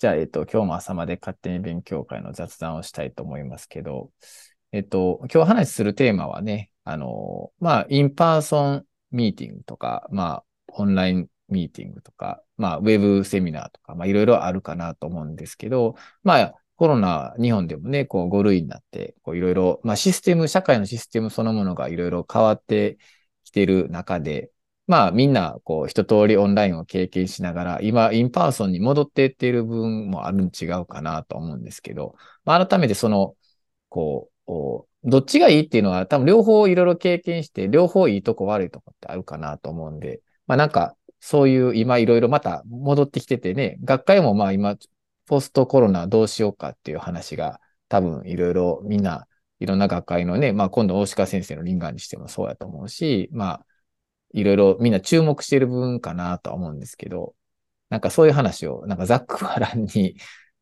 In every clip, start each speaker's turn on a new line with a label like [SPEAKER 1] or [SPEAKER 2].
[SPEAKER 1] じゃあ、今日も朝まで勝手に勉強会の雑談をしたいと思いますけど、今日話するテーマはね、インパーソンミーティングとか、オンラインミーティングとか、ウェブセミナーとか、いろいろあるかなと思うんですけど、コロナ、日本でもね、こう5類になって、こういろいろ、システム、社会のシステムそのものがいろいろ変わってきてる中で、みんな、こう、一通りオンラインを経験しながら、今、インパーソンに戻っていっている部分もあるに違うかなと思うんですけど、改めてどっちがいいっていうのは、多分両方いろいろ経験して、両方いいとこ悪いとこってあるかなと思うんで、そういう今いろいろまた戻ってきててね、学会も今、ポストコロナどうしようかっていう話が、多分いろいろみんな、いろんな学会のね、今度大鹿先生のリンガーにしてもそうやと思うし、いろいろみんな注目している部分かなとは思うんですけど、そういう話を、ざっくばらんに、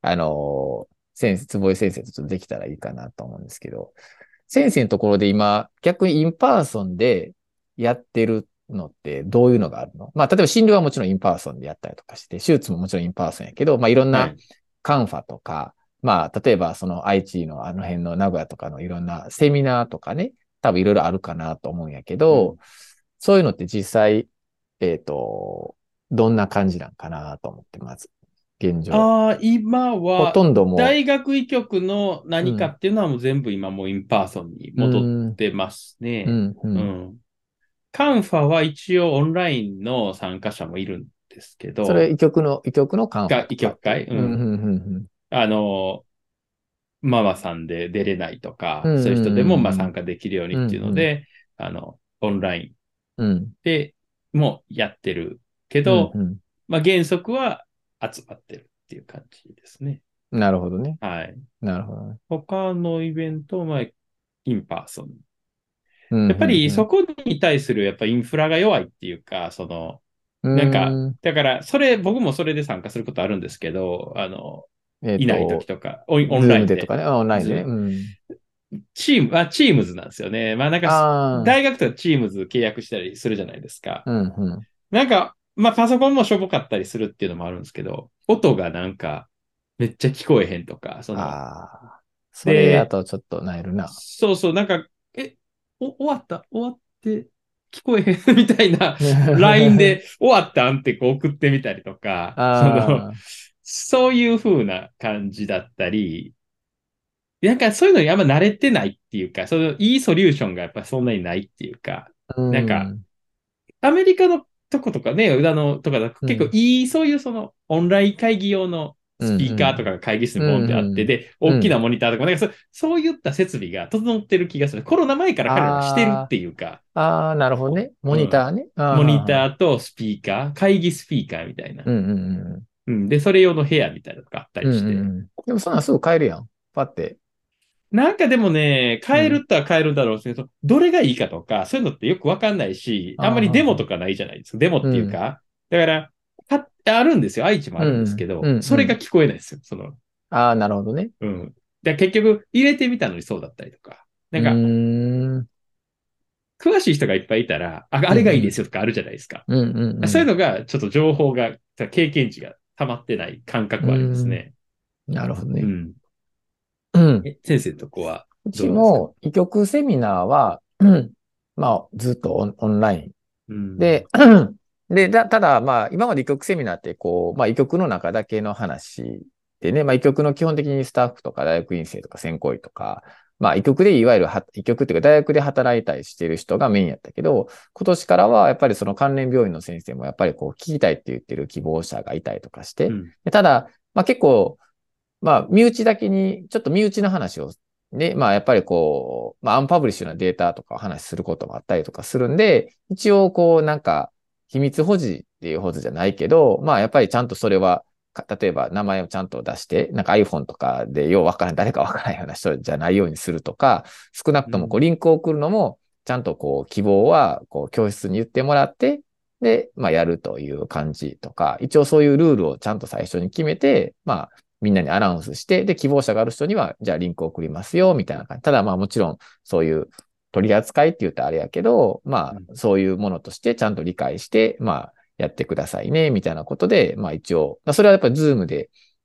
[SPEAKER 1] 坪井先生とちょっとできたらいいかなと思うんですけど、先生のところで今、逆にインパーソンでやってるのってどういうのがあるの？例えば診療はもちろんインパーソンでやったりとかして、手術ももちろんインパーソンやけど、いろんな
[SPEAKER 2] はい。
[SPEAKER 1] カンファとか、例えばその愛知のあの辺の名古屋とかのいろんなセミナーとかね、多分いろいろあるかなと思うんやけど、
[SPEAKER 2] うん。
[SPEAKER 1] そういうのって実際、えっと、どんな感じなんかなと思って、まず、現状。
[SPEAKER 2] 今
[SPEAKER 1] ほと
[SPEAKER 2] は、
[SPEAKER 1] んども
[SPEAKER 2] 大学医局の
[SPEAKER 1] う、
[SPEAKER 2] 何かっていうのはもう全部今もうインパーソンに
[SPEAKER 1] う
[SPEAKER 2] 戻っ
[SPEAKER 1] ん、
[SPEAKER 2] てますね。
[SPEAKER 1] うん、うん。
[SPEAKER 2] うん。カンファは一応オンラインの参加者もいるんですけ
[SPEAKER 1] それ、
[SPEAKER 2] ど、
[SPEAKER 1] 医局のカンファと
[SPEAKER 2] 医
[SPEAKER 1] かっていう。
[SPEAKER 2] 局会、う
[SPEAKER 1] うん、う
[SPEAKER 2] ん。
[SPEAKER 1] ん、うん、
[SPEAKER 2] あの、ママさんで出れないと
[SPEAKER 1] うん。
[SPEAKER 2] か、
[SPEAKER 1] う
[SPEAKER 2] そういう人でも
[SPEAKER 1] ん、うん、
[SPEAKER 2] 参加できるように
[SPEAKER 1] うん、
[SPEAKER 2] っていうの
[SPEAKER 1] うん、
[SPEAKER 2] で、オンライン
[SPEAKER 1] うん、
[SPEAKER 2] でもやってるけ
[SPEAKER 1] うん、
[SPEAKER 2] ど、
[SPEAKER 1] うん。
[SPEAKER 2] 原則は集まってるっていう感じですね。
[SPEAKER 1] なるほどね。
[SPEAKER 2] はい。
[SPEAKER 1] なるほどね。
[SPEAKER 2] 他のイベントは、インパーソン。
[SPEAKER 1] うん、
[SPEAKER 2] やっぱり
[SPEAKER 1] うん、
[SPEAKER 2] そこに対するやっぱインフラが弱いっていうか、
[SPEAKER 1] う
[SPEAKER 2] なんか、
[SPEAKER 1] ん。うーん。
[SPEAKER 2] だから、僕もそれで参加することあるんですけど、
[SPEAKER 1] えっ
[SPEAKER 2] いない時
[SPEAKER 1] と、
[SPEAKER 2] とか、オン
[SPEAKER 1] ズー
[SPEAKER 2] ラインで、
[SPEAKER 1] ムでとかね、オンラインでね。
[SPEAKER 2] ズ
[SPEAKER 1] うん。
[SPEAKER 2] チームズなんですよね。
[SPEAKER 1] ああ、
[SPEAKER 2] 大学とかチームズ契約したりするじゃないですか。
[SPEAKER 1] うん、うん。
[SPEAKER 2] パソコンもしょぼかったりするっていうのもあるんですけど、音がなんか、めっちゃ聞こえへんとか、
[SPEAKER 1] ああ、それや
[SPEAKER 2] で、
[SPEAKER 1] とちょっとなえるな。
[SPEAKER 2] そうそう、え、終わって聞こえへんみたいな LINE で終わったんってこう送ってみたりとか、
[SPEAKER 1] ああ、
[SPEAKER 2] そういう風な感じだったり、なんかそういうのにあんま慣れてないっていうか、いいソリューションがやっぱそんなにないっていうか、
[SPEAKER 1] う
[SPEAKER 2] なんか
[SPEAKER 1] ん、
[SPEAKER 2] アメリカのとことかね、裏のとかだと
[SPEAKER 1] うん、
[SPEAKER 2] 結構いい、そういうオンライン会議用の
[SPEAKER 1] う
[SPEAKER 2] スピーカーと
[SPEAKER 1] ん、
[SPEAKER 2] かが会議室に
[SPEAKER 1] う
[SPEAKER 2] ボンってあって、
[SPEAKER 1] ん、
[SPEAKER 2] で、
[SPEAKER 1] うん。
[SPEAKER 2] 大きなモニターとか、そういった設備が整ってる気がする。コロナ前から彼らはしてるっ
[SPEAKER 1] あ
[SPEAKER 2] ていうか、
[SPEAKER 1] あ、ああ、なるほどね。モ
[SPEAKER 2] うん。
[SPEAKER 1] ニターね。ああ、
[SPEAKER 2] モニ
[SPEAKER 1] はあはあ。
[SPEAKER 2] ターとスピーカー、会議スピーカーみたいな。
[SPEAKER 1] うん、うん、うん。
[SPEAKER 2] うん。で、それ用の部屋みたいなのがあった
[SPEAKER 1] うん、
[SPEAKER 2] りして。
[SPEAKER 1] うん。でもそんなんすぐ買えるやん。パって。
[SPEAKER 2] なんかでもね、
[SPEAKER 1] うん。
[SPEAKER 2] 変えるったら変えるだろうけど、どれがいいかとか、そういうのってよくわかんないし、
[SPEAKER 1] ああ、
[SPEAKER 2] あんまり
[SPEAKER 1] はあはあ。
[SPEAKER 2] デモとかないじゃないですか。デモっ
[SPEAKER 1] うん、
[SPEAKER 2] ていうか。だから、あるんですよ。愛知もあるんですけ
[SPEAKER 1] うん、う
[SPEAKER 2] ど、
[SPEAKER 1] ん、うん。
[SPEAKER 2] それが聞こえないですよ。
[SPEAKER 1] ああ、なるほどね。
[SPEAKER 2] うん。で、結局、入れてみたのにそうだったりとか。
[SPEAKER 1] うーん、
[SPEAKER 2] 詳しい人がいっぱいいたら、あ
[SPEAKER 1] うん、
[SPEAKER 2] れがいい
[SPEAKER 1] うん、
[SPEAKER 2] ですよとかあるじゃないですか。
[SPEAKER 1] うん、う
[SPEAKER 2] そういう
[SPEAKER 1] ん、
[SPEAKER 2] のが、ちょっと情報が、経験値が溜まってない感
[SPEAKER 1] う
[SPEAKER 2] 覚はあります
[SPEAKER 1] ん。うーん、
[SPEAKER 2] ね。
[SPEAKER 1] なるほどね。
[SPEAKER 2] うん。
[SPEAKER 1] うん。
[SPEAKER 2] 先生のとこは
[SPEAKER 1] うち
[SPEAKER 2] どうなんですか？
[SPEAKER 1] も、医局セミナーは、ずっとオンライン
[SPEAKER 2] うん。
[SPEAKER 1] で、ただ、今まで医局セミナーって、医局の中だけの話でね、医局の基本的にスタッフとか大学院生とか専攻医とか、医局でいわゆる医局っていうか大学で働いたりしてる人がメインやったけど、今年からはやっぱりその関連病院の先生もやっぱり聞きたいって言ってる希望者がいたりとかして、
[SPEAKER 2] うん。
[SPEAKER 1] ただ、結構、身内だけに、ちょっと身内の話を、ね、やっぱりアンパブリッシュなデータとかを話することもあったりとかするんで、一応秘密保持っていうほどじゃないけど、やっぱりちゃんとそれは、例えば名前をちゃんと出して、iPhone とかでようわからん、誰かわからないような人じゃないようにするとか、少なくとも
[SPEAKER 2] うん。
[SPEAKER 1] リンクを送るのも、ちゃんと希望は教室に言ってもらって、で、やるという感じとか、一応そういうルールをちゃんと最初に決めて、みんなにアナウンスして、で、希望者がある人には、じゃあリンクを送りますよ、みたいな感じ。ただもちろん、そういう取り扱いって言うとあれやけど、
[SPEAKER 2] うん。
[SPEAKER 1] そういうものとしてちゃんと理解して、やってくださいね、みたいなことで、一応、それはやっぱりズームで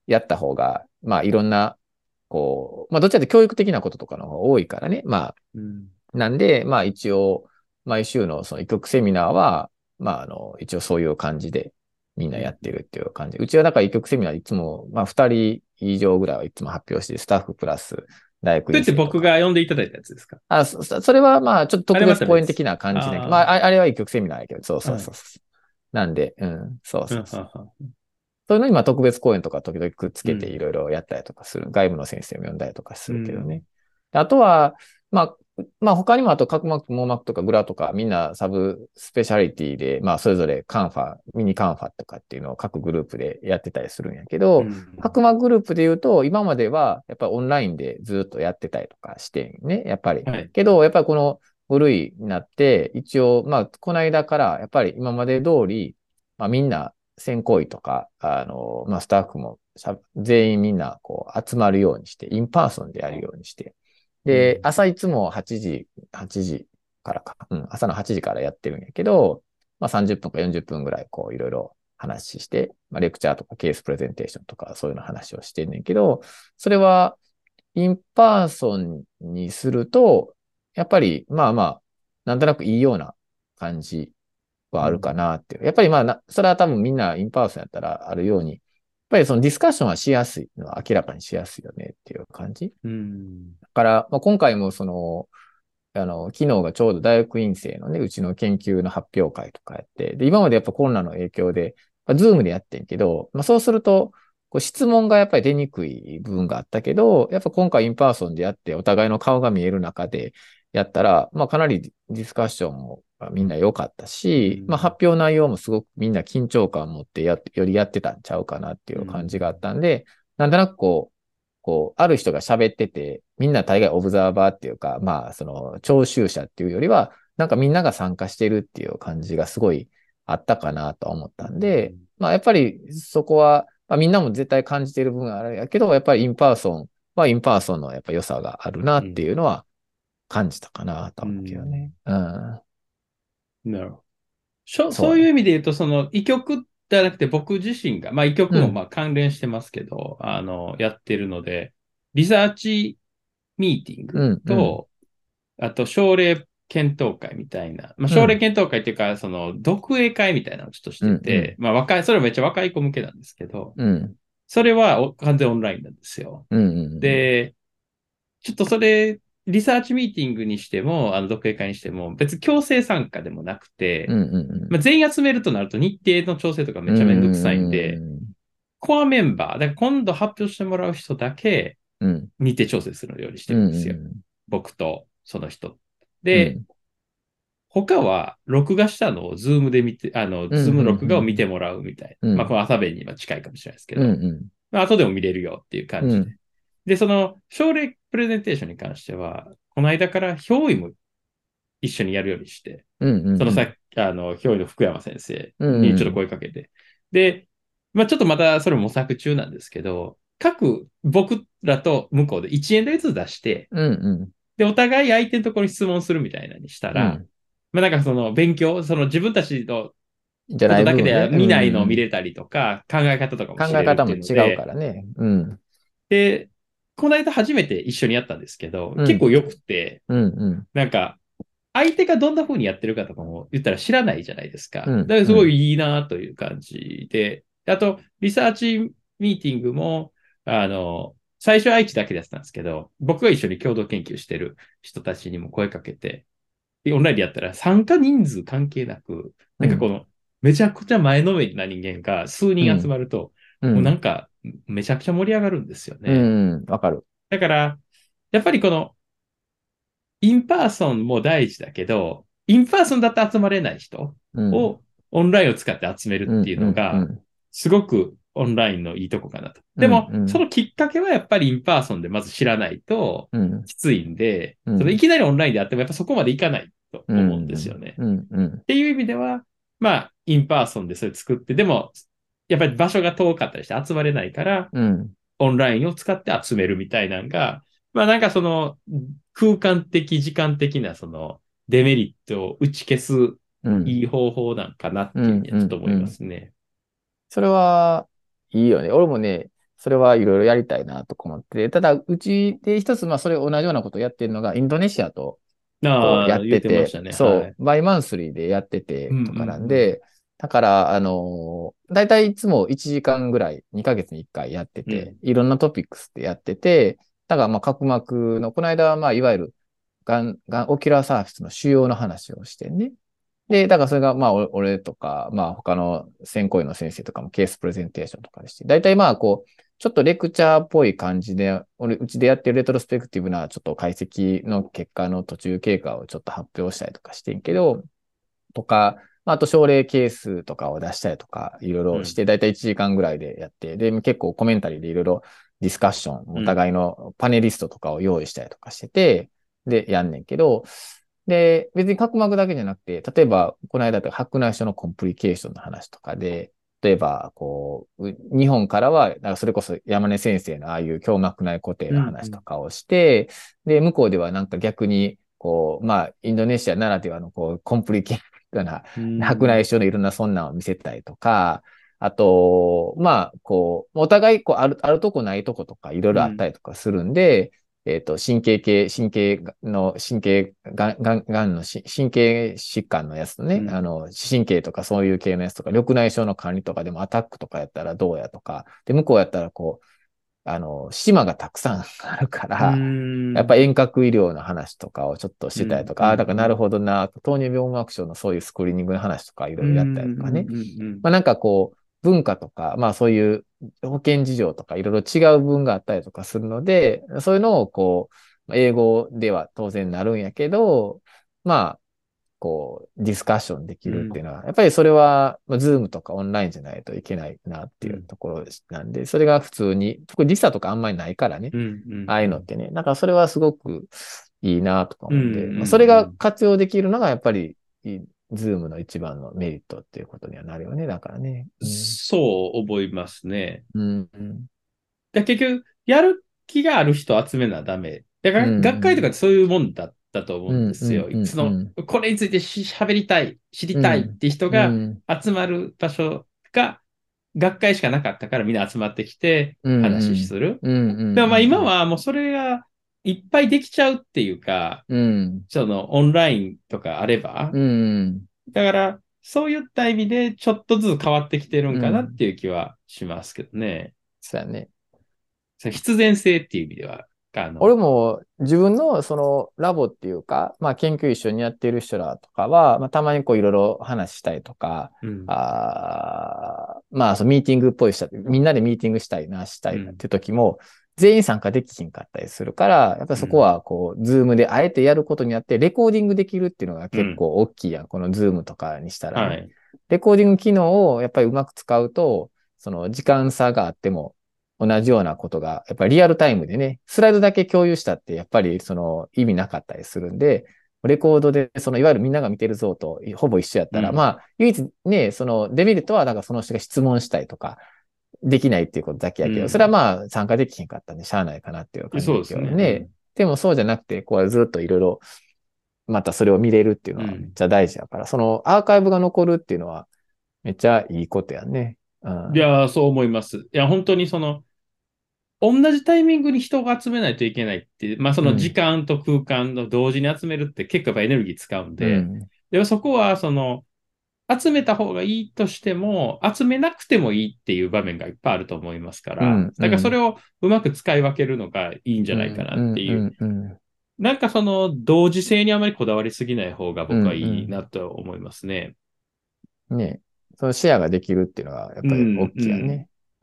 [SPEAKER 1] やった方が、まあいろんな、こう、まあどっちかというと教育的なこととかの方が多いからね。まあ、
[SPEAKER 2] うん。
[SPEAKER 1] なんで、まあ一応、毎週のその医局セミナーは、まあ一応そういう感じでみんな
[SPEAKER 2] うん。
[SPEAKER 1] やってるっていう感じ。うちはだから医局セミナーいつも、まあ2人以上ぐらいはいつも発表して、スタッフプラス大学
[SPEAKER 2] それって
[SPEAKER 1] 院生とか。
[SPEAKER 2] 僕が呼んでいただいたやつですか？
[SPEAKER 1] それはまあちょっと
[SPEAKER 2] あれ
[SPEAKER 1] 特別
[SPEAKER 2] また別。
[SPEAKER 1] 講演的な感じだけど、まあ
[SPEAKER 2] あ
[SPEAKER 1] あれは医局セミナーやけど、そう
[SPEAKER 2] あ、はい。
[SPEAKER 1] そうそうそう。なんで、うん、そう
[SPEAKER 2] うん、
[SPEAKER 1] そうそう。
[SPEAKER 2] はは。
[SPEAKER 1] そういうのにまあ特別講演とか時々くっつけてい
[SPEAKER 2] うん。
[SPEAKER 1] ろいろやったりとかする。外部の先生も呼んだりとかす
[SPEAKER 2] う
[SPEAKER 1] るけどね。
[SPEAKER 2] ん。
[SPEAKER 1] あとは、ままあ他にもあと角膜、網膜とかグラとかみんなサブスペシャリティで、まあそれぞれカンファ、ミニカンファとかっていうのを各グループでやってたりするんやけ
[SPEAKER 2] う
[SPEAKER 1] ど、角
[SPEAKER 2] ん。
[SPEAKER 1] 膜グループで言うと今まではやっぱりオンラインでずっとやってたりとかしてね、やっぱり。
[SPEAKER 2] はい。
[SPEAKER 1] けど、やっぱりこの5類になって、一応、まあこの間からやっぱり今まで通り、まあみんな選考医とか、まあスタッフも全員みんなこう集まるようにして、インパーソンでやるようにして、で、
[SPEAKER 2] うん。
[SPEAKER 1] 朝いつも8時からか、うん、朝の8時からやってるんやけど、まあ30分か40分ぐらいこういろいろ話して、まあレクチャーとかケースプレゼンテーションとかそういうの話をしてんねんけど、それはインパーソンにすると、やっぱりまあまあ、なんとなくいいような感じはあるか
[SPEAKER 2] うん。
[SPEAKER 1] なっていう。やっぱりまあそれは多分みんなインパーソンやったらあるように、やっぱりそのディスカッションはしやすいのは明らかにしやすいよねっていう感じ。
[SPEAKER 2] うん。
[SPEAKER 1] だから、まあ、今回も昨日がちょうど大学院生のね、うちの研究の発表会とかやって、で、今までやっぱコロナの影響で、まあ、ズームでやってんけど、まあ、そうすると、こう質問がやっぱり出にくい部分があったけど、やっぱ今回インパーソンでやって、お互いの顔が見える中でやったら、まあかなりディスカッションもみんな良かった
[SPEAKER 2] う
[SPEAKER 1] し、まあ
[SPEAKER 2] ん。
[SPEAKER 1] 発表内容もすごくみんな緊張感を持ってよりやってたんちゃうかなってい
[SPEAKER 2] う
[SPEAKER 1] う感じがあっ
[SPEAKER 2] ん。
[SPEAKER 1] たんで、なんとなくある人が喋ってて、みんな大概オブザーバーっていうか、まあ、その、聴衆者っていうよりは、なんかみんなが参加してるっていう感じがすごいあったかなと思っ
[SPEAKER 2] う
[SPEAKER 1] たんで、
[SPEAKER 2] ん。
[SPEAKER 1] まあ、やっぱりそこは、まあ、みんなも絶対感じてる部分はあるやけど、やっぱりインパーソンはインパーソンのやっぱ良さがあるなって
[SPEAKER 2] うん。
[SPEAKER 1] いうのは感じたかなと
[SPEAKER 2] う
[SPEAKER 1] 思うけどね。
[SPEAKER 2] ん。
[SPEAKER 1] うん。
[SPEAKER 2] なるほど。そういう
[SPEAKER 1] そうね。
[SPEAKER 2] 意味で言うと、その、医局じゃなくて僕自身が、まあ、医局
[SPEAKER 1] うん。
[SPEAKER 2] もまあ関連してますけど、やってるので、リサーチミーティング
[SPEAKER 1] うん。うん。
[SPEAKER 2] と、あと、症例検討会みたいな、まあ、症例
[SPEAKER 1] うん。
[SPEAKER 2] 検討会っていうか、その、読影会みたいなのをちょっとし
[SPEAKER 1] うん。うん。
[SPEAKER 2] てて、まあ、それはめっちゃ若い子向けなんですけど、
[SPEAKER 1] うん。
[SPEAKER 2] それは完全オンラインなんですよ。
[SPEAKER 1] うん。
[SPEAKER 2] で、ちょっとそれ、リサーチミーティングにしても、読影会にしても、別に強制参加でもなくて、
[SPEAKER 1] うん。うん。
[SPEAKER 2] まあ、全員集めるとなると日程の調整とかめ
[SPEAKER 1] うん。
[SPEAKER 2] ちゃめんどくさいんで、
[SPEAKER 1] うん。
[SPEAKER 2] コアメンバー、だから今度発表してもらう人だけ
[SPEAKER 1] うん。
[SPEAKER 2] 日程調整するようにして
[SPEAKER 1] う
[SPEAKER 2] るんですよ。
[SPEAKER 1] ん。
[SPEAKER 2] 僕とその人。で、
[SPEAKER 1] うん。
[SPEAKER 2] 他は録画したのをズームで見て、
[SPEAKER 1] うん。
[SPEAKER 2] ズーム
[SPEAKER 1] うん。
[SPEAKER 2] 録画を見てもらうみたいな。まあ、こ
[SPEAKER 1] うん。
[SPEAKER 2] の朝弁には近いかもしれないですけ
[SPEAKER 1] うん。
[SPEAKER 2] ど、
[SPEAKER 1] うん。
[SPEAKER 2] まあ、後でも見れるよっていう感じで。
[SPEAKER 1] うん。
[SPEAKER 2] で、その症例プレゼンテーションに関しては、この間から憑依も一緒にやるようにして、
[SPEAKER 1] うん。うん。
[SPEAKER 2] そのさ、憑依の福山先生
[SPEAKER 1] う
[SPEAKER 2] にちょっと
[SPEAKER 1] ん。
[SPEAKER 2] 声かけて。で、まあちょっとまたそれも模索中なんですけど、僕らと向こうで1円ずつ出して、
[SPEAKER 1] うん。
[SPEAKER 2] で、お互い相手のところに質問するみたいなにしたら、
[SPEAKER 1] うん。
[SPEAKER 2] まあなんかその勉強、その自分たちの
[SPEAKER 1] じゃない
[SPEAKER 2] ことだけでは
[SPEAKER 1] 部分ね。う
[SPEAKER 2] 見ないのを見
[SPEAKER 1] ん。
[SPEAKER 2] れたりとか、考え方とかも
[SPEAKER 1] 考え
[SPEAKER 2] 知れるっていう
[SPEAKER 1] 方も違うか
[SPEAKER 2] ので、
[SPEAKER 1] らね。うん。
[SPEAKER 2] で、この間初めて一緒にやったんですけど、
[SPEAKER 1] うん。
[SPEAKER 2] 結構良くて、
[SPEAKER 1] うん。うん。
[SPEAKER 2] なんか、相手がどんな風にやってるかとかも言ったら知らないじゃないですか。
[SPEAKER 1] うん。
[SPEAKER 2] だからすご
[SPEAKER 1] うん。
[SPEAKER 2] いいいなという感じで、あと、リサーチミーティングも、最初は愛知だけだったんですけど、僕が一緒に共同研究してる人たちにも声かけて、オンラインでやったら参加人数関係なく、
[SPEAKER 1] うん。
[SPEAKER 2] なんかこの、めちゃくちゃ前のめりな人間が数人集
[SPEAKER 1] うん。
[SPEAKER 2] まると、
[SPEAKER 1] うん。
[SPEAKER 2] もうなんか、めちゃくちゃ盛り上がるんですよ
[SPEAKER 1] う
[SPEAKER 2] ね。
[SPEAKER 1] ん。わかる。
[SPEAKER 2] だから、やっぱりこの、インパーソンも大事だけど、インパーソンだって集まれない人
[SPEAKER 1] うん。
[SPEAKER 2] をオンラインを使って集める
[SPEAKER 1] うん。
[SPEAKER 2] っていう
[SPEAKER 1] うん。う
[SPEAKER 2] のが、
[SPEAKER 1] ん。
[SPEAKER 2] すごくオンラインのいいとこかなと。
[SPEAKER 1] うん。
[SPEAKER 2] でも、
[SPEAKER 1] うん。
[SPEAKER 2] そのきっかけはやっぱりインパーソンでまず知らないと
[SPEAKER 1] うん。
[SPEAKER 2] きついんで、そのい
[SPEAKER 1] うん。
[SPEAKER 2] きなりオンラインであってもやっぱそこまでいかないと
[SPEAKER 1] う
[SPEAKER 2] 思うんですよ
[SPEAKER 1] ん。
[SPEAKER 2] ね。
[SPEAKER 1] うん。うん。
[SPEAKER 2] っていう意味では、まあ、インパーソンでそれ作って、でも、やっぱり場所が遠かったりして集まれないから、
[SPEAKER 1] うん。
[SPEAKER 2] オンラインを使って集めるみたいなのが、まあなんかその空間的、時間的なそのデメリットを打ち消す
[SPEAKER 1] うん。
[SPEAKER 2] いい方法なんかなっ
[SPEAKER 1] うん。
[SPEAKER 2] ていうふうには
[SPEAKER 1] うん。
[SPEAKER 2] ちょっと思いま
[SPEAKER 1] うん。
[SPEAKER 2] すね。
[SPEAKER 1] それは、いいよね。俺もね、 それはいろいろやりたいなとか思って、ただ、うちで一つ、まあ、それ同じようなことをやってるのが、インドネシアと、こうや
[SPEAKER 2] ああ、
[SPEAKER 1] っ
[SPEAKER 2] 言っ
[SPEAKER 1] てて、
[SPEAKER 2] てましたね。はい。
[SPEAKER 1] そう、バイマンスリーでやって
[SPEAKER 2] うんう
[SPEAKER 1] てとかなん
[SPEAKER 2] ん
[SPEAKER 1] で、だから、だいたいいつも1時間ぐらい、2ヶ月に1回やって
[SPEAKER 2] うん。う
[SPEAKER 1] て、
[SPEAKER 2] ん。
[SPEAKER 1] いろんなトピックスでやってて、だから、まあ、角膜の、この間は、まあ、いわゆる、オキュラーサーフィスの腫瘍の話をしてね。で、だからそれが、まあ、俺とか、まあ、他の専攻医の先生とかもケースプレゼンテーションとかでして、大体まあ、こう、ちょっとレクチャーっぽい感じで、うちでやってるレトロスペクティブなちょっと解析の結果の途中経過をちょっと発表したりとかしてんけど、とか、まあ、あと症例ケースとかを出したりとか、いろい
[SPEAKER 2] うん。
[SPEAKER 1] ろして、だいたい1時間ぐらいでやって、で、結構コメンタリーでいろいろディスカッション、お
[SPEAKER 2] うん。
[SPEAKER 1] 互いのパネリストとかを用意したりとかしてて、で、やんねんけど、で、別に角膜だけじゃなくて、例えば、この間だと白内障のコンプリケーションの話とかで、例えば、こう、日本からは、だからそれこそ山根先生のああいう胸膜内固定の
[SPEAKER 2] うん。うん。
[SPEAKER 1] 話とかをして、で、向こうではなんか逆に、こう、まあ、インドネシアならではの、こう、コンプリケーションな、
[SPEAKER 2] う
[SPEAKER 1] 白内
[SPEAKER 2] ん。
[SPEAKER 1] 障のいろんなそんなんを見せたりとか、あと、まあ、こう、お互い、こう、あるとこないとことか、いろいろあった
[SPEAKER 2] うん。
[SPEAKER 1] りとかするんで、神経系、神経がんの神経疾患のやつとね、
[SPEAKER 2] うん。
[SPEAKER 1] 神経とかそういう系のやつとか、緑内障の管理とかでもアタックとかやったらどうやとか、で、向こうやったらこう、島がたくさんあるか
[SPEAKER 2] う
[SPEAKER 1] ら、やっぱ
[SPEAKER 2] ん。
[SPEAKER 1] 遠隔医療の話とかをちょっとし
[SPEAKER 2] うん。
[SPEAKER 1] たりとか、ああ、だからなる
[SPEAKER 2] うん。
[SPEAKER 1] ほどな、糖尿病学賞のそういうスクリーニングの話とかいろ
[SPEAKER 2] うん。
[SPEAKER 1] いろやったりとかね。
[SPEAKER 2] うん。
[SPEAKER 1] まあなんかこう、文化とか、まあそういう保険事情とかいろいろ違う分があったりとかするので、そういうのをこう、英語では当然なるんやけど、まあ、こう、ディスカッションでき
[SPEAKER 2] うん。
[SPEAKER 1] るっていうのは、やっぱりそれは、ズームとかオンラインじゃないといけないなっていう
[SPEAKER 2] うん。
[SPEAKER 1] ところなんで、それが普通に、特に時差とかあんまりないからね、
[SPEAKER 2] うん。うん。
[SPEAKER 1] ああいうのってね、なんかそれはすごくいいなとか
[SPEAKER 2] うん。
[SPEAKER 1] 思うんで、まあ、それが
[SPEAKER 2] うん。
[SPEAKER 1] 活用できるのがやっぱり、ズームの一番のメリットっていうことにはなるよね、だからね。うん。
[SPEAKER 2] そう思いますね。
[SPEAKER 1] うん。うん。
[SPEAKER 2] 結局、やる気がある人を集めなダメ。だか
[SPEAKER 1] う
[SPEAKER 2] ら、学会とかっ
[SPEAKER 1] ん。
[SPEAKER 2] てそういうもんだったと思
[SPEAKER 1] うん。
[SPEAKER 2] うんですよ。
[SPEAKER 1] うん。うん。うん。
[SPEAKER 2] これについて喋りたい、知りたいっ
[SPEAKER 1] うん。
[SPEAKER 2] て人が
[SPEAKER 1] うん。
[SPEAKER 2] 集まる場所が学会しかなかったからみんな集まってきて
[SPEAKER 1] うん。
[SPEAKER 2] 話する。
[SPEAKER 1] うん。
[SPEAKER 2] でもまあ今
[SPEAKER 1] うん。
[SPEAKER 2] はもうそれがいっぱいできちゃうっていうか、
[SPEAKER 1] うん。
[SPEAKER 2] そのオンラインとかあれば、
[SPEAKER 1] うん。
[SPEAKER 2] だからそういった意味でちょっとずつ変わってきてるんかなっ
[SPEAKER 1] うん。
[SPEAKER 2] ていう気はしますけどね。
[SPEAKER 1] そうやね。
[SPEAKER 2] その必然性っていう意味では、
[SPEAKER 1] 俺も自分のそのラボっていうか、まあ研究一緒にやっている人らとかは、まあたまにこういろいろ話したりとか、
[SPEAKER 2] うん、
[SPEAKER 1] まあそのミーティングっぽいしたみんなでミーティングしたいな、した
[SPEAKER 2] うん、
[SPEAKER 1] いなっていう時も、全員参加できひんかったりするから、やっぱりそこ
[SPEAKER 2] うん、
[SPEAKER 1] はこう、ズームであえてやることによって、レコーディングできるっていうのが
[SPEAKER 2] うん、
[SPEAKER 1] 結構大きいやん。このズームとかにしたらね。
[SPEAKER 2] はい。
[SPEAKER 1] レコーディング機能をやっぱりうまく使うと、その時間差があっても、同じようなことが、やっぱりリアルタイムでね、スライドだけ共有したって、やっぱりその意味なかったりするんで、レコードで、そのいわゆるみんなが見てる像とほぼ一緒やったら、ま
[SPEAKER 2] うん、
[SPEAKER 1] あ、唯一ね、そのデメリットは、なんかその人が質問したりとか、できないっていうことだけやけど、それは
[SPEAKER 2] うん。
[SPEAKER 1] まあ参加できひんかったんで、しゃあないかなっていう感じだけ
[SPEAKER 2] そうですね。う
[SPEAKER 1] どね。
[SPEAKER 2] ん、
[SPEAKER 1] でもそうじゃなくて、こうずっといろいろ、またそれを見れるっていうのはめっ
[SPEAKER 2] うん。
[SPEAKER 1] ちゃ大事だから、そのアーカイブが残るっていうのはめっちゃいいことやね。うん。
[SPEAKER 2] いやー、そう思います。いや、本当に同じタイミングに人が集めないといけないって、まあその時
[SPEAKER 1] うん。
[SPEAKER 2] 間と空間の同時に集めるって結構やっぱエネルギー使うんで、
[SPEAKER 1] うん。
[SPEAKER 2] でもそこは集めた方がいいとしても、集めなくてもいいっていう場面がいっぱいあると思いますから、
[SPEAKER 1] うん。うん。
[SPEAKER 2] だからそれをうまく使い分けるのがいいんじゃないか
[SPEAKER 1] うん。
[SPEAKER 2] な
[SPEAKER 1] うん。
[SPEAKER 2] っていう。
[SPEAKER 1] うん。
[SPEAKER 2] なんか同時性にあまりこだわりすぎない方が
[SPEAKER 1] うん。
[SPEAKER 2] 僕はいいな
[SPEAKER 1] うん。
[SPEAKER 2] と思いますね。
[SPEAKER 1] ね、そのシェアができるっていうのはやっぱり大
[SPEAKER 2] うん、うん。
[SPEAKER 1] きいやね。うん。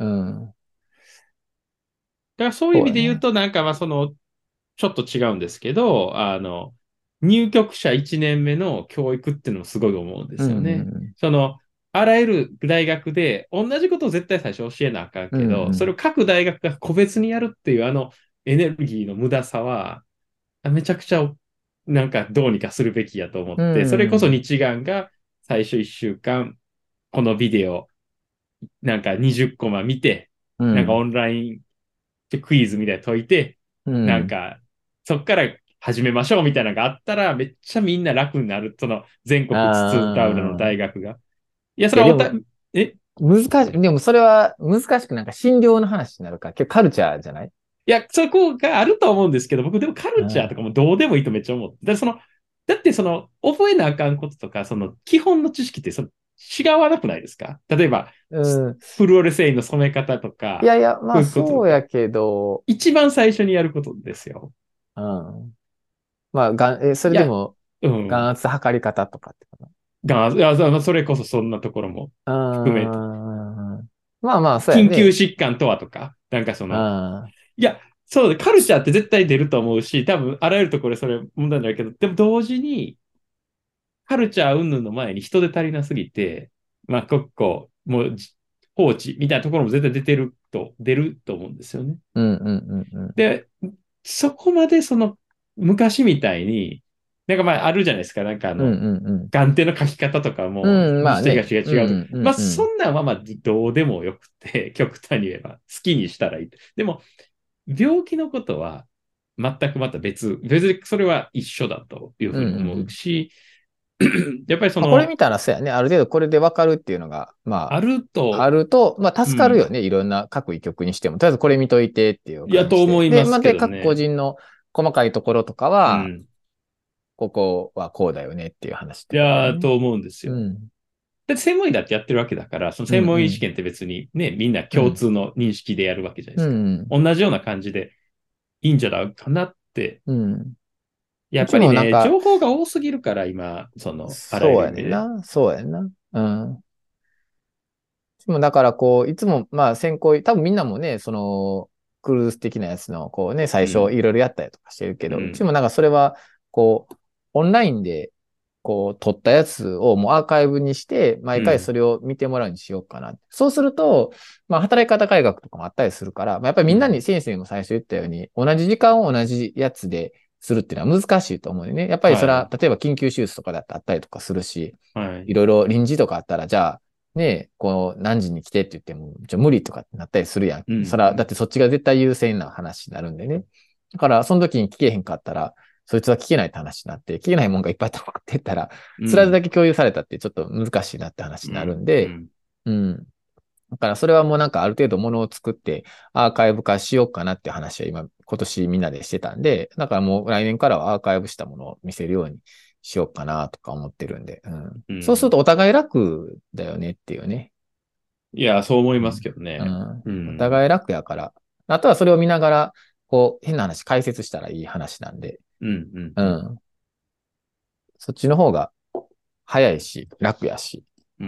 [SPEAKER 2] だからそういう意
[SPEAKER 1] そうやね。
[SPEAKER 2] 味で言うと、なんかちょっと違うんですけど、入局者1年目の教育っていうのもすごい思うんで
[SPEAKER 1] うん。
[SPEAKER 2] すよね。
[SPEAKER 1] うん。
[SPEAKER 2] あらゆる大学で同じことを絶対最初教えなあかん
[SPEAKER 1] うん。
[SPEAKER 2] けど、それを
[SPEAKER 1] うん。
[SPEAKER 2] 各大学が個別にやるっていうエネルギーの無駄さは、めちゃくちゃなんかどうにかするべきやと思っ
[SPEAKER 1] う
[SPEAKER 2] て、それこそ
[SPEAKER 1] ん。
[SPEAKER 2] 日眼が最初1週間、このビデオなんか20コマ見て、なんかオ
[SPEAKER 1] うん。
[SPEAKER 2] ンラインクイズみたいなの解いて、
[SPEAKER 1] うん。
[SPEAKER 2] なんか、そっから始めましょうみたいなのがあったら、めっちゃみんな楽になる。その全国津々浦々の
[SPEAKER 1] ああ。
[SPEAKER 2] 大学が。いや、そ
[SPEAKER 1] いや、
[SPEAKER 2] れは
[SPEAKER 1] でも、
[SPEAKER 2] え
[SPEAKER 1] でもそれは難しくなんか診療の話になるから、結構カルチャーじゃない？
[SPEAKER 2] いや、そこがあると思うんですけど、僕でもカルチャーとかもどうでもいいとめっちゃ思って。だって覚えなあかんこととか、基本の知識って違わなくないですか？例えば、
[SPEAKER 1] うん。
[SPEAKER 2] フルオレセインの染め方とか、
[SPEAKER 1] いやいや、まあ
[SPEAKER 2] こういうこととか、
[SPEAKER 1] そうやけど、
[SPEAKER 2] 一番最初にやることですよ。
[SPEAKER 1] うん。まあ、そ
[SPEAKER 2] いや、
[SPEAKER 1] れでも、
[SPEAKER 2] うん。
[SPEAKER 1] 眼圧測り方とかってこと？
[SPEAKER 2] いや、それこそそんなところも
[SPEAKER 1] うー
[SPEAKER 2] 含めて、
[SPEAKER 1] ん。まあまあ、そうや
[SPEAKER 2] 緊急
[SPEAKER 1] ね。
[SPEAKER 2] 疾患とはとか、
[SPEAKER 1] うん。
[SPEAKER 2] いや、そうで、カルチャーって絶対出ると思うし、多分あらゆるところでそれ問題ないけど、でも同時に、カルチャー云々の前に人手足りなすぎて、まあ、結構、もう放置みたいなところも絶対出ると思うんですよね。
[SPEAKER 1] うんうんうんうん。
[SPEAKER 2] で、そこまで昔みたいに、なんかまああるじゃないですか。
[SPEAKER 1] うんうんうん。
[SPEAKER 2] 眼点の描き方とかも、
[SPEAKER 1] うん、まあ
[SPEAKER 2] 西と
[SPEAKER 1] ね。
[SPEAKER 2] 東が違うと。
[SPEAKER 1] うんうん
[SPEAKER 2] まあ
[SPEAKER 1] うん。
[SPEAKER 2] そんなんはまあどうでもよくて、極端に言えば好きにしたらいい。でも、病気のことは全くまた別にそれは一緒だという
[SPEAKER 1] うん
[SPEAKER 2] ふうに思
[SPEAKER 1] うんうん。
[SPEAKER 2] うし、やっぱり
[SPEAKER 1] まあ、これ見たらそうやね。ある程度これでわかるっていうのが、ま
[SPEAKER 2] ある
[SPEAKER 1] あ、あ
[SPEAKER 2] と、
[SPEAKER 1] ると、まあ、
[SPEAKER 2] うん、
[SPEAKER 1] 助かるよね。いろんな各医局にしても。とりあえずこれ見といてっていう
[SPEAKER 2] いや、と
[SPEAKER 1] 感じで。で、
[SPEAKER 2] 思いますけ
[SPEAKER 1] まあ、で、各個
[SPEAKER 2] どね。
[SPEAKER 1] 人の細かいところとかは、
[SPEAKER 2] うん。
[SPEAKER 1] ここはこうだよねっていう話ってことだ
[SPEAKER 2] いや、
[SPEAKER 1] よね。
[SPEAKER 2] と思うんですよ。
[SPEAKER 1] うん。
[SPEAKER 2] だって専門医だってやってるわけだから、その
[SPEAKER 1] うん
[SPEAKER 2] 専門
[SPEAKER 1] うん。
[SPEAKER 2] 医試験って別にね、みんな
[SPEAKER 1] うん。
[SPEAKER 2] 共通の認識でやるわけじゃないで
[SPEAKER 1] う
[SPEAKER 2] すか。
[SPEAKER 1] ん。
[SPEAKER 2] 同じような感じでいいんじゃないかなって。
[SPEAKER 1] うん。
[SPEAKER 2] やっ
[SPEAKER 1] うちもなん
[SPEAKER 2] ぱりね、
[SPEAKER 1] か、
[SPEAKER 2] 情報が多すぎるから、今、あらゆ
[SPEAKER 1] そうや
[SPEAKER 2] る意味で。
[SPEAKER 1] ねんな。そうやねんな。うん。でもだからこう、いつも、まあ先行、多分みんなもね、クルーズ的なやつの、こうね、最初
[SPEAKER 2] うん。
[SPEAKER 1] いろいろやったりとかしてるけど、うち
[SPEAKER 2] うん。
[SPEAKER 1] もなんかそれは、こう、オンラインで、こう、撮ったやつをもうアーカイブにして、毎回
[SPEAKER 2] うん。
[SPEAKER 1] それを見てもらうようにしようかな。そうすると、まあ、働き方改革とかもあったりするから、まあ、やっぱりみんな
[SPEAKER 2] うん。
[SPEAKER 1] に先生も最初言ったように、同じ時間を同じやつでするっていうのは難しいと思うんでね。やっぱりそれは、
[SPEAKER 2] はい。
[SPEAKER 1] 例えば緊急手術とかだってあったりとかするし、
[SPEAKER 2] はい。
[SPEAKER 1] いろいろ臨時とかあったら、じゃあ、ね、こう、何時に来てって言っても、無理とかってなったりするやん。そ
[SPEAKER 2] うん。
[SPEAKER 1] ら、
[SPEAKER 2] うん。
[SPEAKER 1] だってそっちが絶対優先な話になるんでね。だから、その時に聞けへんかったら、そいつは聞けないって話になって、聞けないもんがいっぱい溜まってったら、スライド
[SPEAKER 2] うん。
[SPEAKER 1] だけ共有されたってちょっと難しいなって話になるんで、
[SPEAKER 2] うん。
[SPEAKER 1] うん。だからそれはもうなんかある程度ものを作ってアーカイブ化しようかなっていう話は今年みんなでしてたんで、だからもう来年からはアーカイブしたものを見せるようにしようかなとか思ってるんで、うん。
[SPEAKER 2] うん。
[SPEAKER 1] そうするとお互い楽だよねっていうね。
[SPEAKER 2] いや、そう思います
[SPEAKER 1] うん。
[SPEAKER 2] けどね。
[SPEAKER 1] うん。
[SPEAKER 2] うん。
[SPEAKER 1] お互い楽やから。あとはそれを見ながら、こう、変な話解説したらいい話なんで、
[SPEAKER 2] うん。うん。うん。
[SPEAKER 1] うん。そっちの方が早いし、楽やし、
[SPEAKER 2] うん。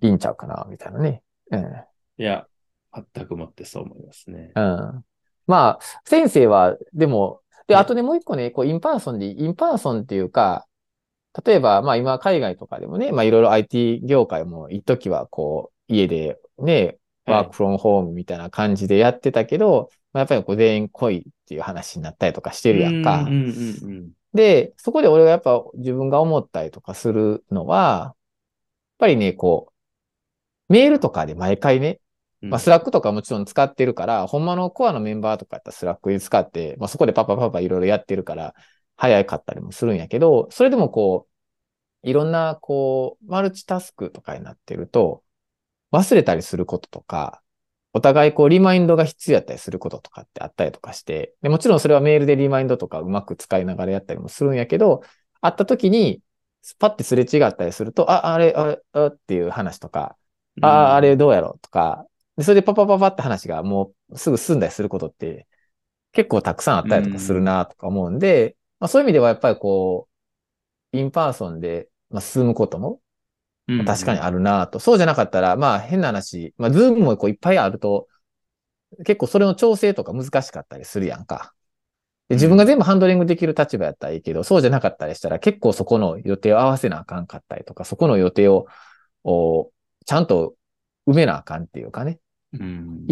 [SPEAKER 1] いいんちゃうかな、みたいなね。うん。
[SPEAKER 2] いや、全くもってそう思いますね。
[SPEAKER 1] うん。まあ、先生は、でも、で、あ
[SPEAKER 2] いや、
[SPEAKER 1] とね、もう一個ね、こう、インパーソンっていうか、例えば、まあ今、海外とかでもね、まあいろいろ IT 業界も一時はこう、家でね、
[SPEAKER 2] はい。
[SPEAKER 1] ワークフロムホームみたいな感じでやってたけど、まあ、やっぱりこう全員来いっていう話になったりとかして
[SPEAKER 2] うん。
[SPEAKER 1] るやんか。
[SPEAKER 2] うん。うん。うん。
[SPEAKER 1] で、そこで俺がやっぱ自分が思ったりとかするのは、やっぱりね、こう、メールとかで毎回ね、まあ、
[SPEAKER 2] うん。
[SPEAKER 1] スラックとかもちろん使ってるから、ほんまのコアのメンバーとかやったらスラックで使って、まあ、そこでパパパパいろいろやってるから、早かったりもするんやけど、それでもこう、いろんな、こう、マルチタスクとかになってると、忘れたりすることとか、お互いこう、リマインドが必要やったりすることとかってあったりとかして、で、もちろんそれはメールでリマインドとかうまく使いながらやったりもするんやけど、会った時に、パッてすれ違ったりすると、あれっていう話とか、あれどうやろうとか、で、それでパパパパって話がもうすぐ済んだりすることって結構たくさんあっ
[SPEAKER 2] う
[SPEAKER 1] たりとかする
[SPEAKER 2] ん。
[SPEAKER 1] なとか思うんで、まあそういう意味ではやっぱりこう、インパーソンで、まあ、進むことも
[SPEAKER 2] うん。
[SPEAKER 1] 確かにあ
[SPEAKER 2] うん。
[SPEAKER 1] るなと。そうじゃなかったら、まあ変な話、まあズームもこういっぱいあると、結構それの調整とか難しかったりするやんか。で、自分が
[SPEAKER 2] うん。
[SPEAKER 1] 全部ハンドリングできる立場やったらいいけど、そうじゃなかったりしたら結構そこの予定を合わせなあかんかったりとか、そこの予定を、おちゃんと埋めなあかんっていうかね。
[SPEAKER 2] うん。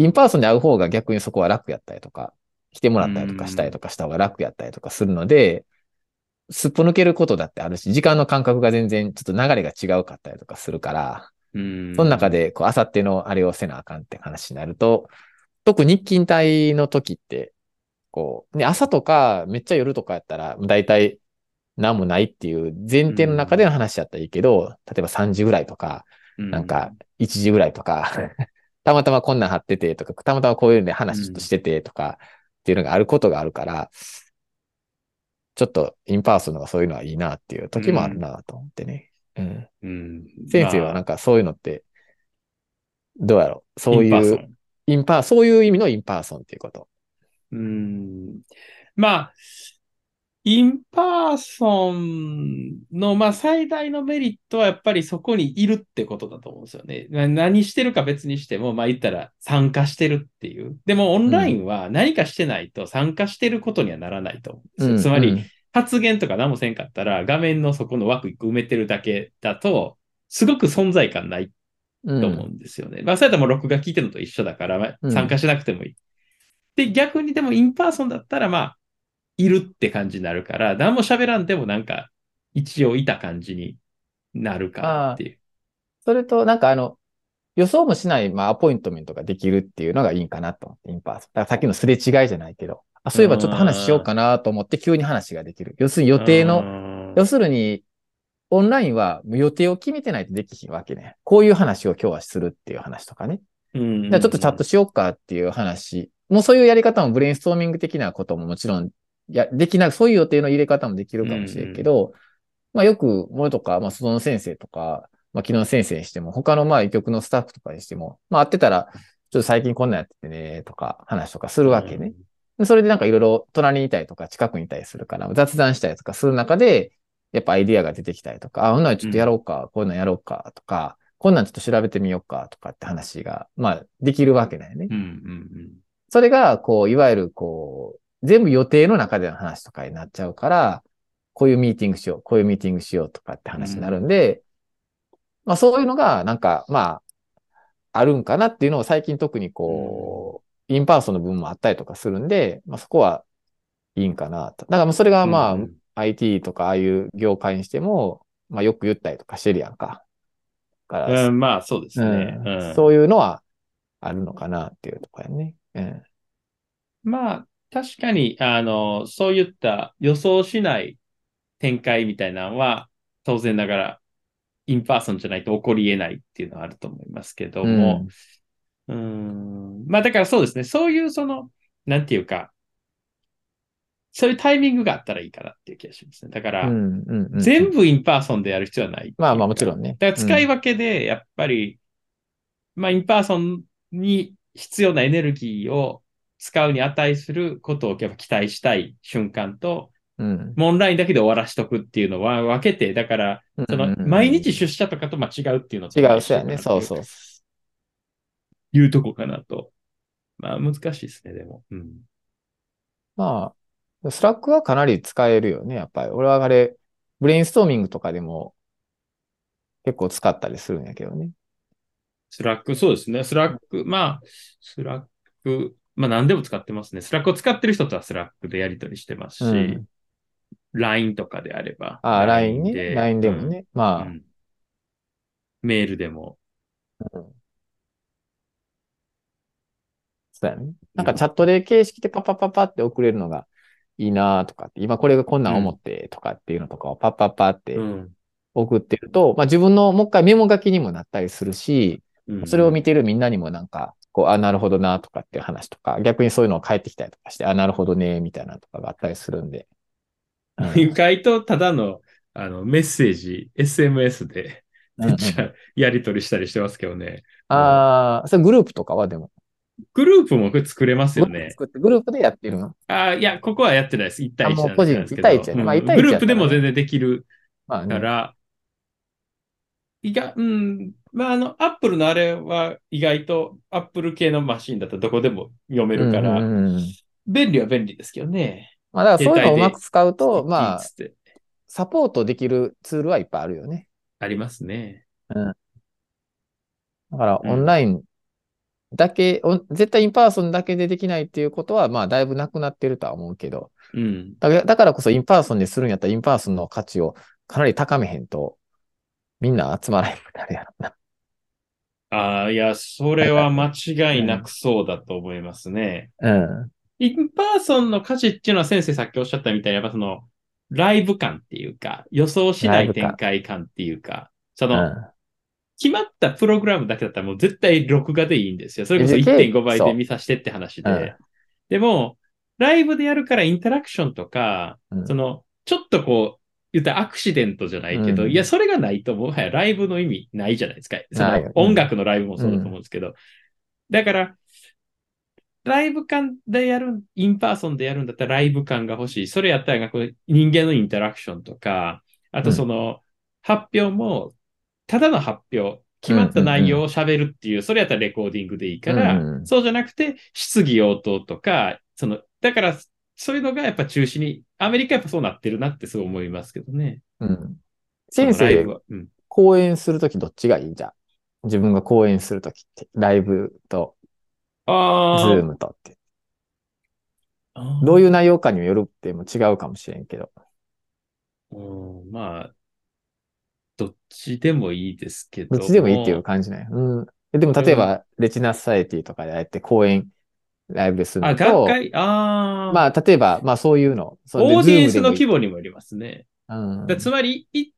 [SPEAKER 1] インパーソンで会う方が逆にそこは楽やったりとか、来ても
[SPEAKER 2] う
[SPEAKER 1] らったりとかしたり
[SPEAKER 2] ん。
[SPEAKER 1] とかした方が楽やったりとかするので、すっぽ抜けることだってあるし、時間の感覚が全然ちょっと流れが違うかったりとかするから、
[SPEAKER 2] う
[SPEAKER 1] その中
[SPEAKER 2] ん。
[SPEAKER 1] で、こう、あさってのあれをせなあかんって話になると、特に日勤帯の時って、こう、ね、朝とか、めっちゃ夜とかやったら、だいたい何もないっていう前
[SPEAKER 2] う
[SPEAKER 1] 提の中での
[SPEAKER 2] ん。
[SPEAKER 1] 話やったらいいけど、例えば3時ぐらいとか、
[SPEAKER 2] う
[SPEAKER 1] なんか、
[SPEAKER 2] ん。
[SPEAKER 1] 1時ぐらいとか、たまたまこんなん貼っててとか、たまたまこういうので話ちょっとし
[SPEAKER 2] うん。
[SPEAKER 1] ててとか、っていうのがあることがあるから、ちょっとインパーソンのがそういうのはいいなっていう時もある
[SPEAKER 2] うん。
[SPEAKER 1] なと思ってね。うん。
[SPEAKER 2] うん。
[SPEAKER 1] 先生は
[SPEAKER 2] まあ、
[SPEAKER 1] なんかそういうのってどうやろう、
[SPEAKER 2] イ
[SPEAKER 1] そういう
[SPEAKER 2] ンパーソン。
[SPEAKER 1] そういう意味のインパーソンっていうこと。
[SPEAKER 2] うん。まあ、インパーソンの、まあ、最大のメリットはやっぱりそこにいるってことだと思うんですよね。何してるか別にしても、まあ言ったら参加してるっていう。でもオン
[SPEAKER 1] うん。
[SPEAKER 2] ラインは何かしてないと参加してることにはならないと思うんですよ。つ
[SPEAKER 1] うん、
[SPEAKER 2] まり
[SPEAKER 1] うん、
[SPEAKER 2] 発言とか何もせんかったら画面のそこの枠埋めてるだけだと、すごく存在感ないと思う
[SPEAKER 1] うん、
[SPEAKER 2] んですよね。まあ、それとも録画聞いてるのと一緒だから、まあ、
[SPEAKER 1] うん。
[SPEAKER 2] 参加しなくてもいい。で、逆にでもインパーソンだったら、まあ、いるって感じになるから、何も喋らんでもなんか、一応いた感じになるかなっ
[SPEAKER 1] ああ、
[SPEAKER 2] ていう。
[SPEAKER 1] それとなんか予想もしない、まあ、アポイントメントができるっていうのがいいんかなと思って、インパーソン。だからさっきのすれ違いじゃないけど、あ、
[SPEAKER 2] う
[SPEAKER 1] そういえばちょっと話しよう
[SPEAKER 2] ーん、
[SPEAKER 1] かなと思って急に話ができる。要するに予
[SPEAKER 2] う
[SPEAKER 1] 定の、
[SPEAKER 2] ーん、
[SPEAKER 1] 要するに、オンラインは予定を決めてないとできひんわけね。こういう話を今日はするっていう話とかね。
[SPEAKER 2] うん、う
[SPEAKER 1] じゃあちょっとチャット
[SPEAKER 2] ん、
[SPEAKER 1] しようかっていう話。もうそういうやり方もブレインストーミング的なことももちろん、できない、そういう予定の入れ方もできる
[SPEAKER 2] うん、う
[SPEAKER 1] かもしれんけ
[SPEAKER 2] ん、
[SPEAKER 1] ど、まあよく、俺とか、まあその先生とか、まあ昨日の先生にしても、他のまあ医局のスタッフとかにしても、まあ会ってたら、ちょっと最近こんなんやっててね、とか話とかす
[SPEAKER 2] う
[SPEAKER 1] るわけね。
[SPEAKER 2] ん、
[SPEAKER 1] でそれでなんかいろいろ隣にいたりとか近くにいたりするから、雑談したりとかする中で、やっぱアイディアが出てきたりとか、あ、ほんならちょっとやろうか、こういうのやろうか、とか、こんなんちょっと調べてみようか、とかって話が、まあできるわけだよね。
[SPEAKER 2] うん、うん、
[SPEAKER 1] それが、こう、いわゆる、こう、全部予定の中での話とかになっちゃうから、こういうミーティングしよう、こういうミーティングしようとかって
[SPEAKER 2] うん、う
[SPEAKER 1] 話になるん
[SPEAKER 2] ん、
[SPEAKER 1] で、まあそういうのが、なんか、まあ、あるんかなっていうのを最近特に
[SPEAKER 2] うん、
[SPEAKER 1] こう、インパーソンの部分もあったりとかするんで、まあそこはいいんかなと。だからもうそれが
[SPEAKER 2] うん、
[SPEAKER 1] ま
[SPEAKER 2] うん、
[SPEAKER 1] あ、IT とかああいう業界にしても、まあよく言ったりとかしてるやんか。だから、
[SPEAKER 2] うん、まあ、そうですね。う
[SPEAKER 1] そう
[SPEAKER 2] ん。
[SPEAKER 1] いうのはあるのかなっていうところやね。
[SPEAKER 2] まあ、確かに、そういった予想しない展開みたいなのは、当然ながら、インパーソンじゃないと起こり得ないっていうのはあると思いますけど
[SPEAKER 1] う
[SPEAKER 2] も、
[SPEAKER 1] ん、
[SPEAKER 2] まあだからそうですね、そういうその、なんていうか、そういうタイミングがあったらいいかなっていう気がしますね。だから、
[SPEAKER 1] うん、うん、うん、うん。
[SPEAKER 2] 全部インパーソンでやる必要はないっ
[SPEAKER 1] まあまあ
[SPEAKER 2] ていうか、
[SPEAKER 1] もちろんね。
[SPEAKER 2] だから
[SPEAKER 1] うん。
[SPEAKER 2] 使い分けで、やっぱり、まあインパーソンに必要なエネルギーを使うに値することをやっぱ期待したい瞬間と、
[SPEAKER 1] うん。
[SPEAKER 2] もうオンラインだけで終わらしとくっていうのは分けて、だから、
[SPEAKER 1] うん。
[SPEAKER 2] その、
[SPEAKER 1] うん。
[SPEAKER 2] 毎日
[SPEAKER 1] うん。
[SPEAKER 2] 出社とかとまあ違うっていうのと
[SPEAKER 1] 違う、
[SPEAKER 2] まあ一緒
[SPEAKER 1] そうやね。
[SPEAKER 2] かなっていう、
[SPEAKER 1] そうそう。
[SPEAKER 2] いうとこかなと。まあ難しいですね、でも。うん。
[SPEAKER 1] まあ、スラックはかなり使えるよね。やっぱり。俺はあれ、ブレインストーミングとかでも結構使ったりするんやけどね。
[SPEAKER 2] スラック、そうですね。スラック、まあ、スラック、まあ何でも使ってますね。スラックを使ってる人とはスラックでやり取りしてますし、
[SPEAKER 1] うん。
[SPEAKER 2] LINE とかであれば、
[SPEAKER 1] ああ、LINE
[SPEAKER 2] LINE
[SPEAKER 1] ね。
[SPEAKER 2] で、
[SPEAKER 1] LINE でもね。ま
[SPEAKER 2] うん、メールでも、
[SPEAKER 1] あ、うん、そうやね。なんかチ
[SPEAKER 2] うん、
[SPEAKER 1] ャットで形式でパッパッパッパって送れるのがいいなとかって、今これがこんなん思
[SPEAKER 2] うん、
[SPEAKER 1] ってとかっていうのとかをパッパッパって
[SPEAKER 2] うん、
[SPEAKER 1] 送ってると、まあ自分のもう一回メモ書きにもなったりするし、
[SPEAKER 2] うん、
[SPEAKER 1] それを見
[SPEAKER 2] うん。
[SPEAKER 1] てるみんなにもなんか、こう、あ、なるほどなとかっていう話とか、逆にそういうのを返ってきたりとかして、あ、なるほどね、みたいなのとかがあったりするんで。う
[SPEAKER 2] 意
[SPEAKER 1] ん。
[SPEAKER 2] 外とただの、メッセージ、SMS で、
[SPEAKER 1] うんうん。
[SPEAKER 2] めっちゃやり取りしたりしてますけどね。もう、
[SPEAKER 1] ああ、それグループとかはでも、
[SPEAKER 2] グループも作れます
[SPEAKER 1] グ
[SPEAKER 2] よね。
[SPEAKER 1] ループ作ってグループでやってるの？
[SPEAKER 2] いや、ここはやってないです。1
[SPEAKER 1] あ、
[SPEAKER 2] 対1
[SPEAKER 1] もう個人、
[SPEAKER 2] なんです
[SPEAKER 1] 1
[SPEAKER 2] けど、
[SPEAKER 1] 対1やね。まあ1
[SPEAKER 2] うん、
[SPEAKER 1] 対1
[SPEAKER 2] グループ
[SPEAKER 1] やったらね。
[SPEAKER 2] でも全然できる
[SPEAKER 1] まあね。
[SPEAKER 2] から、まあ、アップルのあれは意外と、アップル系のマシンだとどこでも読め
[SPEAKER 1] うんう
[SPEAKER 2] るから、
[SPEAKER 1] んうん。
[SPEAKER 2] 便利は便利ですけどね。
[SPEAKER 1] まあだからそういうのをうまく
[SPEAKER 2] 携帯で
[SPEAKER 1] 使うと、
[SPEAKER 2] スティッキーっ
[SPEAKER 1] まあ、
[SPEAKER 2] つって
[SPEAKER 1] サポートできるツールはいっぱいあるよね。
[SPEAKER 2] ありますね。
[SPEAKER 1] うん。だから
[SPEAKER 2] うん。
[SPEAKER 1] オンライン絶対インパーソンだけでできないっていうことは、まあ、だいぶなくなってるとは思うけど、
[SPEAKER 2] うん。
[SPEAKER 1] だからこそインパーソンにするんやったらインパーソンの価値をかなり高めへんと、みんな集まらへんくなるやろな。
[SPEAKER 2] いや、それは間
[SPEAKER 1] だからね。
[SPEAKER 2] 違いなく
[SPEAKER 1] うん。
[SPEAKER 2] そうだと思いますね。
[SPEAKER 1] うん。
[SPEAKER 2] インパーソンの価値っていうのは先生さっきおっしゃったみたいに、やっぱその、ライブ感っていうか、予想しない展
[SPEAKER 1] ライブ感。
[SPEAKER 2] 開感っていうか、その、
[SPEAKER 1] うん。
[SPEAKER 2] 決まったプログラムだけだったらもう絶対録画でいいんですよ。それこそ1.5倍で見させてって話
[SPEAKER 1] う。
[SPEAKER 2] で。でも、ライブでやるからインタラクションとか、
[SPEAKER 1] うん。
[SPEAKER 2] ちょっとこう、言ったらアクシデントじゃないけど、いや、
[SPEAKER 1] うん。
[SPEAKER 2] それがないともはやライブの意味ないじゃないですか。
[SPEAKER 1] ないよ。うん。
[SPEAKER 2] 音楽のライブもそうだと思うん
[SPEAKER 1] うん。
[SPEAKER 2] ですけど。だから、ライブ感でやる、インパーソンでやるんだったらライブ感が欲しい。それやったらこう人間のインタラクションとか、あと
[SPEAKER 1] うん。
[SPEAKER 2] 発表も、ただの発表、決
[SPEAKER 1] うん。
[SPEAKER 2] まった内
[SPEAKER 1] うん。
[SPEAKER 2] 容を喋るっていう、それやったらレコーディングでいいか
[SPEAKER 1] う
[SPEAKER 2] ら、
[SPEAKER 1] ん。
[SPEAKER 2] そうじゃなくて質疑応答とか、だからそういうのがやっぱ中心に、アメリカやっぱそうなってるなってそう思いますけどね。
[SPEAKER 1] うん。
[SPEAKER 2] そ
[SPEAKER 1] 先生、
[SPEAKER 2] のライブは。うん。
[SPEAKER 1] 講演するときどっちがいいじゃん。自分が講演するときって、ライブと、ズー
[SPEAKER 2] あ
[SPEAKER 1] ムとって。
[SPEAKER 2] あ、
[SPEAKER 1] どういう内容かにもよるっても違うかもしれんけど。
[SPEAKER 2] うん、まあ、どっちでもいいですけ
[SPEAKER 1] どっち
[SPEAKER 2] ど
[SPEAKER 1] でもいいっていう
[SPEAKER 2] も、
[SPEAKER 1] 感じね。うん。でも、
[SPEAKER 2] うん。
[SPEAKER 1] 例えば、レチナスサイエティとかでああやって講演、ライブする
[SPEAKER 2] あ、
[SPEAKER 1] のと、
[SPEAKER 2] 学会、ああ、
[SPEAKER 1] まあ、例えば、まあ、そういうの。それで、
[SPEAKER 2] オーディエンスの
[SPEAKER 1] ズームでもいい。
[SPEAKER 2] 規模にもよりますね。
[SPEAKER 1] うん。
[SPEAKER 2] つまり、行って、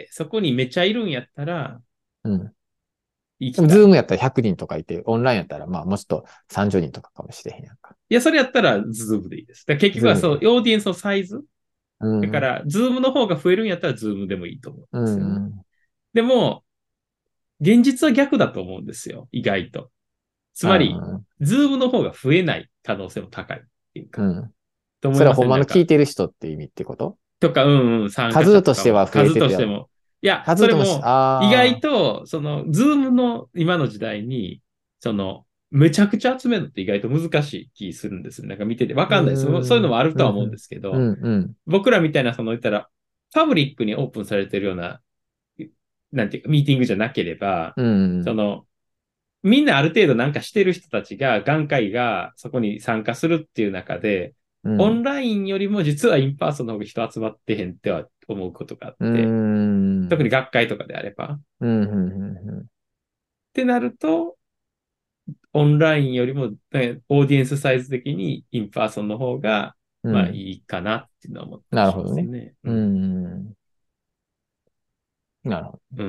[SPEAKER 2] そこにめちゃいるんやったら、
[SPEAKER 1] うん。でも、
[SPEAKER 2] 行きたい。
[SPEAKER 1] ズームやったら100人とかいて、オンラインやったら、まあ、もうちょっと30人とかかもしれへんやんか。
[SPEAKER 2] いや、それやったら、ズームでいいです。だから結局はそう、
[SPEAKER 1] ズームで。
[SPEAKER 2] オーディエンスのサイズ。
[SPEAKER 1] うん。
[SPEAKER 2] だから、ズームの方が増えるんやったら、ズームでもいいと思うん
[SPEAKER 1] う
[SPEAKER 2] ですよね。
[SPEAKER 1] ん。
[SPEAKER 2] でも、現実は逆だと思うんですよ。意外と。つまり、
[SPEAKER 1] うん。
[SPEAKER 2] ズームの方が増えない可能性も高いっていうか、
[SPEAKER 1] うん。
[SPEAKER 2] と思いません、
[SPEAKER 1] それはほんま
[SPEAKER 2] なんか、
[SPEAKER 1] の聞いてる人っていう意味ってこと？
[SPEAKER 2] とか、うんうん、参加者
[SPEAKER 1] 数
[SPEAKER 2] とかも、
[SPEAKER 1] としては増え
[SPEAKER 2] 数
[SPEAKER 1] てて、
[SPEAKER 2] としても。いや、そ
[SPEAKER 1] 数ともし、
[SPEAKER 2] れも、意外
[SPEAKER 1] ああ、
[SPEAKER 2] と、ズームの今の時代に、めちゃくちゃ集めるのって意外と難しい気するんですよ。なんか見ててわ
[SPEAKER 1] うー
[SPEAKER 2] かんないです。そういうの
[SPEAKER 1] ん、
[SPEAKER 2] もある
[SPEAKER 1] うん、
[SPEAKER 2] とは思うんですけ
[SPEAKER 1] うん、
[SPEAKER 2] ど、
[SPEAKER 1] うん、
[SPEAKER 2] 僕らみたいな、言ったら、パブリックにオープンされてるような、なんていうか、ミーティングじゃなければ、
[SPEAKER 1] うん、
[SPEAKER 2] その、みんなある程度なんかしてる人たちが、眼科医がそこに参加するっていう中で、オン
[SPEAKER 1] うん、
[SPEAKER 2] ラインよりも実はインパーソンの方が人集まってへんっては思うことがあっ
[SPEAKER 1] う
[SPEAKER 2] て、特
[SPEAKER 1] ん、
[SPEAKER 2] に学会とかであれば。っ
[SPEAKER 1] うん、うん、
[SPEAKER 2] てなると、オンラインよりも、オーディエンスサイズ的にインパーソンの方が、まあ
[SPEAKER 1] うん。
[SPEAKER 2] いいかなっていうのは思ったりし
[SPEAKER 1] なるほどね。
[SPEAKER 2] ますね。う
[SPEAKER 1] う
[SPEAKER 2] ん。
[SPEAKER 1] ん、なるほ
[SPEAKER 2] うん。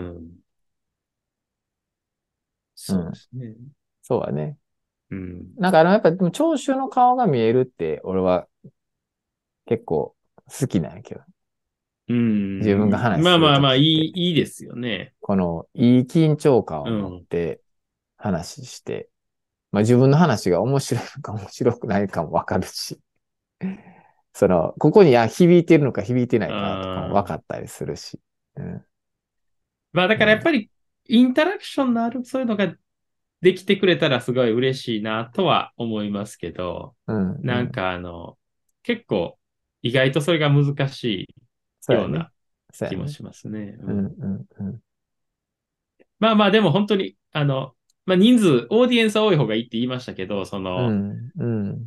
[SPEAKER 1] ど。う
[SPEAKER 2] そうで
[SPEAKER 1] ん、
[SPEAKER 2] すね。
[SPEAKER 1] そうだね。
[SPEAKER 2] うん。
[SPEAKER 1] なんかやっぱ、でも聴衆の顔が見えるって、俺は結構好きなんやけど、
[SPEAKER 2] うん。
[SPEAKER 1] 自分が話する
[SPEAKER 2] まあまあまあ、
[SPEAKER 1] ときって、
[SPEAKER 2] いいですよね。
[SPEAKER 1] このいい緊張感を持っ
[SPEAKER 2] うん。
[SPEAKER 1] て話して、まあ自分の話が面白いのか面白くないかもわかるし、ここに響いてるのか響いてないかとかも分か
[SPEAKER 2] あ
[SPEAKER 1] ったりするし。うん。
[SPEAKER 2] まあだからやっぱりインタラクションのあるそういうのができてくれたらすごい嬉しいなとは思いますけど、
[SPEAKER 1] うん、う
[SPEAKER 2] なん
[SPEAKER 1] ん。
[SPEAKER 2] か結構意外とそれが難しい
[SPEAKER 1] そうやね。
[SPEAKER 2] ような
[SPEAKER 1] そうやね。
[SPEAKER 2] 気もしますね。う
[SPEAKER 1] うん、
[SPEAKER 2] ん。
[SPEAKER 1] うん、うん。
[SPEAKER 2] まあまあでも本当に、まあ人数、オーディエンスは多い方がいいって言いましたけど、
[SPEAKER 1] うん、うん、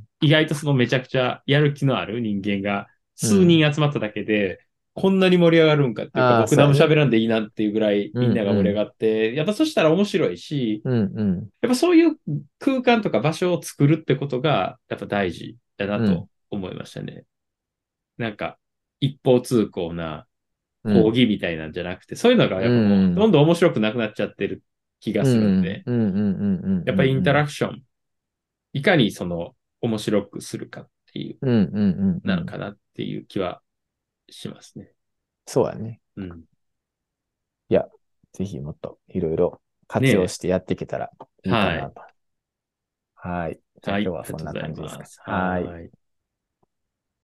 [SPEAKER 2] 意外とめちゃくちゃやる気のある人間が数
[SPEAKER 1] うん。
[SPEAKER 2] 人集まっただけで、こんなに盛り上がるんかっていうか、
[SPEAKER 1] ああ、
[SPEAKER 2] 僕
[SPEAKER 1] そうやね。
[SPEAKER 2] 何も喋らんでいいなっていうぐらい
[SPEAKER 1] うん、
[SPEAKER 2] みんなが
[SPEAKER 1] うん、
[SPEAKER 2] 盛り上がって、やっぱそしたら面白いし、
[SPEAKER 1] うん、うん、
[SPEAKER 2] やっぱそういう空間とか場所を作るってことが、やっぱ大事だな
[SPEAKER 1] うん、
[SPEAKER 2] と思いましたね。なんか、一方通行な
[SPEAKER 1] うん、
[SPEAKER 2] 講義みたいなんじゃなくて、そういうのが
[SPEAKER 1] う
[SPEAKER 2] やっぱもう、ど
[SPEAKER 1] ん、
[SPEAKER 2] んどん面白くなくなっちゃってる気が
[SPEAKER 1] うん、
[SPEAKER 2] するんで、
[SPEAKER 1] うん、うん、うん、
[SPEAKER 2] やっぱりインタ
[SPEAKER 1] うん、
[SPEAKER 2] ラクション、いかに面白くするかっていう、
[SPEAKER 1] うん、うん、うん。
[SPEAKER 2] なのかなっていう気はしますね。
[SPEAKER 1] そうやね。
[SPEAKER 2] うん。
[SPEAKER 1] いや、ぜひもっといろいろ
[SPEAKER 2] ねえ。
[SPEAKER 1] 活用してやっていけたらいいか
[SPEAKER 2] はい。
[SPEAKER 1] なと。はい。じゃあ
[SPEAKER 2] はい。
[SPEAKER 1] 今日はそんな
[SPEAKER 2] ありがとうござい
[SPEAKER 1] 感じですか。
[SPEAKER 2] ます。
[SPEAKER 1] はい。
[SPEAKER 2] はい。